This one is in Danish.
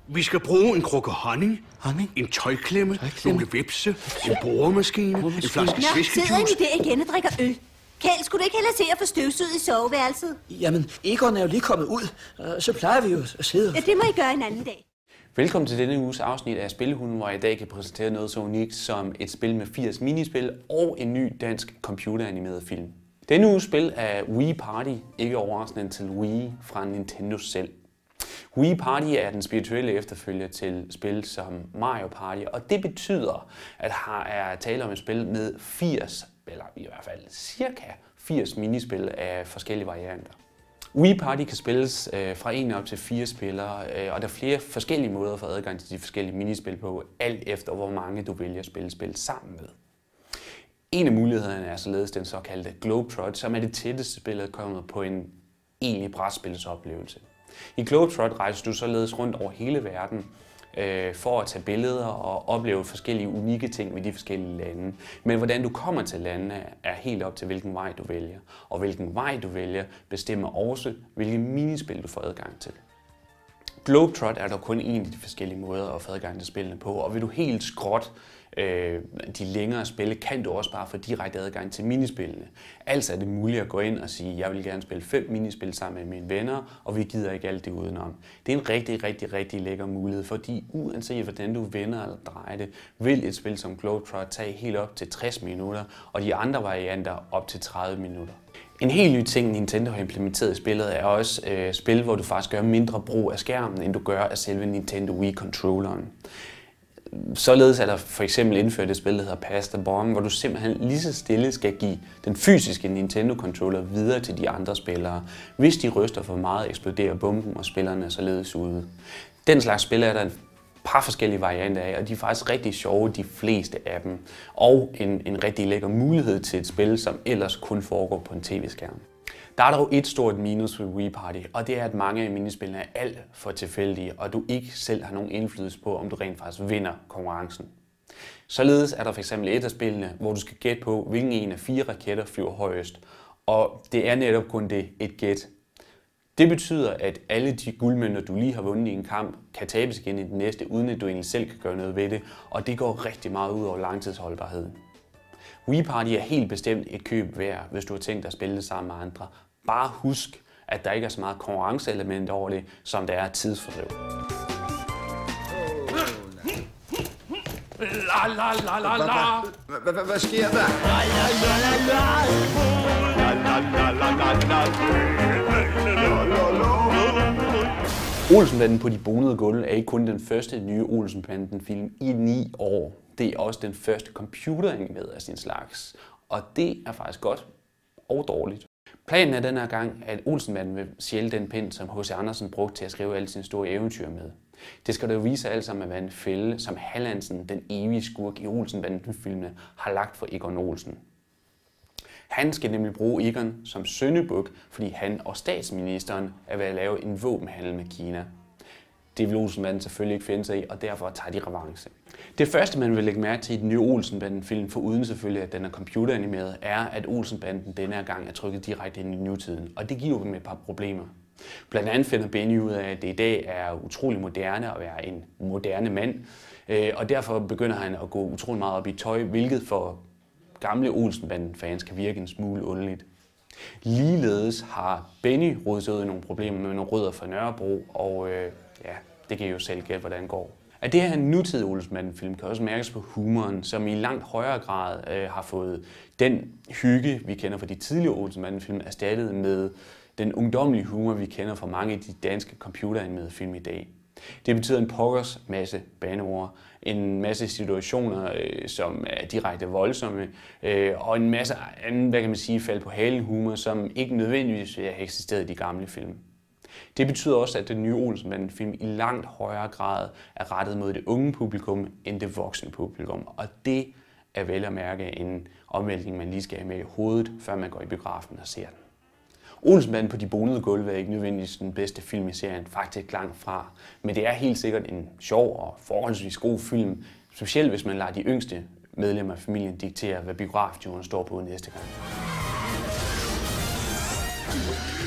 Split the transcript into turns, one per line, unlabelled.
Vi skal bruge en krukke honning, en tøjklemme, nogle vipse, en boremaskine, en flaske sviskejuice.
Sidder I der igen og drikker øl? Kjeld, skulle du ikke hellere se at få støvsuget i soveværelset?
Jamen, Egon er jo lige kommet ud, så plejer vi jo at sidde.
Ja, det må I gøre en anden dag.
Velkommen til denne uges afsnit af Spillehunden, hvor jeg i dag kan præsentere noget så unikt som et spil med 80 minispil og en ny dansk computeranimeret film. Denne uges spil er Wii Party, ikke overraskende til Wii fra Nintendo selv. Wii Party er den spirituelle efterfølger til spil som Mario Party, og det betyder, at her er tale om et spil med 80, eller i hvert fald cirka 80 minispil af forskellige varianter. Wii Party kan spilles fra 1 op til 4 spillere, og der er flere forskellige måder at få adgang til de forskellige minispil på, alt efter hvor mange du vælger at spille spil sammen med. En af mulighederne er således den såkaldte Globetrot, som er det tætteste spillet kommer på en egentlig brætspilsoplevelse. I Globetrot rejser du således rundt over hele verden for at tage billeder og opleve forskellige unikke ting ved de forskellige lande. Men hvordan du kommer til landene er helt op til, hvilken vej du vælger. Og hvilken vej du vælger bestemmer også, hvilke minispil du får adgang til. Globetrot er der kun en af de forskellige måder at få adgang til spillene på, og vil du helt skråt de længere spil, kan du også bare få direkte adgang til minispillene. Altså er det muligt at gå ind og sige, jeg vil gerne spille 5 minispil sammen med mine venner, og vi gider ikke alt det udenom. Det er en rigtig lækker mulighed, fordi uanset hvordan du vender eller drejer det, vil et spil som Globetrot tage helt op til 60 minutter, og de andre varianter op til 30 minutter. En helt ny ting, Nintendo har implementeret i spillet, er også spil, hvor du faktisk gør mindre brug af skærmen, end du gør af selve Nintendo Wii-controlleren. Således er der for eksempel indført et spil, der hedder Pass the Bomb, hvor du simpelthen lige så stille skal give den fysiske Nintendo-controller videre til de andre spillere. Hvis de ryster for meget, eksploderer bomben, og spillerne er således ude. Den slags spil er der et par forskellige varianter af, og de er faktisk rigtig sjove, de fleste af dem. Og en rigtig lækker mulighed til et spil, som ellers kun foregår på en tv-skærm. Der er dog et stort minus ved Wii Party, og det er, at mange af minispillene er alt for tilfældige, og du ikke selv har nogen indflydelse på, om du rent faktisk vinder konkurrencen. Således er der f.eks. et af spillene, hvor du skal gætte på, hvilken en af 4 raketter flyver højest, og det er netop kun det, et gæt. Det betyder, at alle de guldmønter, du lige har vundet i en kamp, kan tabes igen i den næste, uden at du egentlig selv kan gøre noget ved det, og det går rigtig meget ud over langtidsholdbarheden. Wii Party er helt bestemt et køb værd, hvis du har tænkt dig at spille det sammen med andre. Bare husk, at der ikke er så meget konkurrenceelement over det, som der er tidsfordriv.
Hvad sker der?
Olsenbanden på de bonede gulve er ikke kun den første nye Olsenbanden-film i 9 år. Det er også den første computeranimeret af sin slags. Og det er faktisk godt og dårligt. Planen er denne gang, at Olsenbanden vil stjæle den pind, som H.C. Andersen brugte til at skrive alle sine store eventyr med. Det skal dog vise alt sammen at være en fælde, som Hallandsen, den evige skurk i Olsenbanden-filmene, har lagt for Egon Olsen. Han skal nemlig bruge Egon som syndebuk, fordi han og statsministeren er ved at lave en våbenhandel med Kina. Det vil Olsenbanden selvfølgelig ikke finde sig i, og derfor tager de revanche. Det første, man vil lægge mærke til i den nye Olsenbanden-film, foruden selvfølgelig, at den er computeranimeret, er, at Olsenbanden denne her gang er trykket direkte ind i nutiden, og det giver dem et par problemer. Blandt andet finder Benny ud af, at det i dag er utrolig moderne at være en moderne mand, og derfor begynder han at gå utrolig meget op i tøj, hvilket for gamle Olsenbanden-fans kan virke en smule underligt. Ligeledes har Benny rodet sig ud i nogle problemer med nogle rødder fra Nørrebro, og det kan I jo selv gætte, hvordan det går. At det her nutidige Olsenbanden-film kan også mærkes på humoren, som i langt højere grad har fået den hygge, vi kender fra de tidligere Olsenbanden-film, erstattet med den ungdommelige humor, vi kender fra mange af de danske computeranimerede film i dag. Det betyder en pokkers masse bandeord, en masse situationer, som er direkte voldsomme, og en masse anden, hvad kan man sige, fald på halen humor, som ikke nødvendigvis har eksisteret i de gamle film. Det betyder også, at den nye Olsenbanden-film i langt højere grad er rettet mod det unge publikum end det voksne publikum, og det er vel at mærke en omvæltning, man lige skal have med i hovedet, før man går i biografen og ser den. Olsenbanden på de bonede gulve er ikke nødvendigvis den bedste film i serien, faktisk langt fra. Men det er helt sikkert en sjov og forholdsvis god film, specielt hvis man lader de yngste medlemmer af familien diktere, hvad biografturen står på næste gang.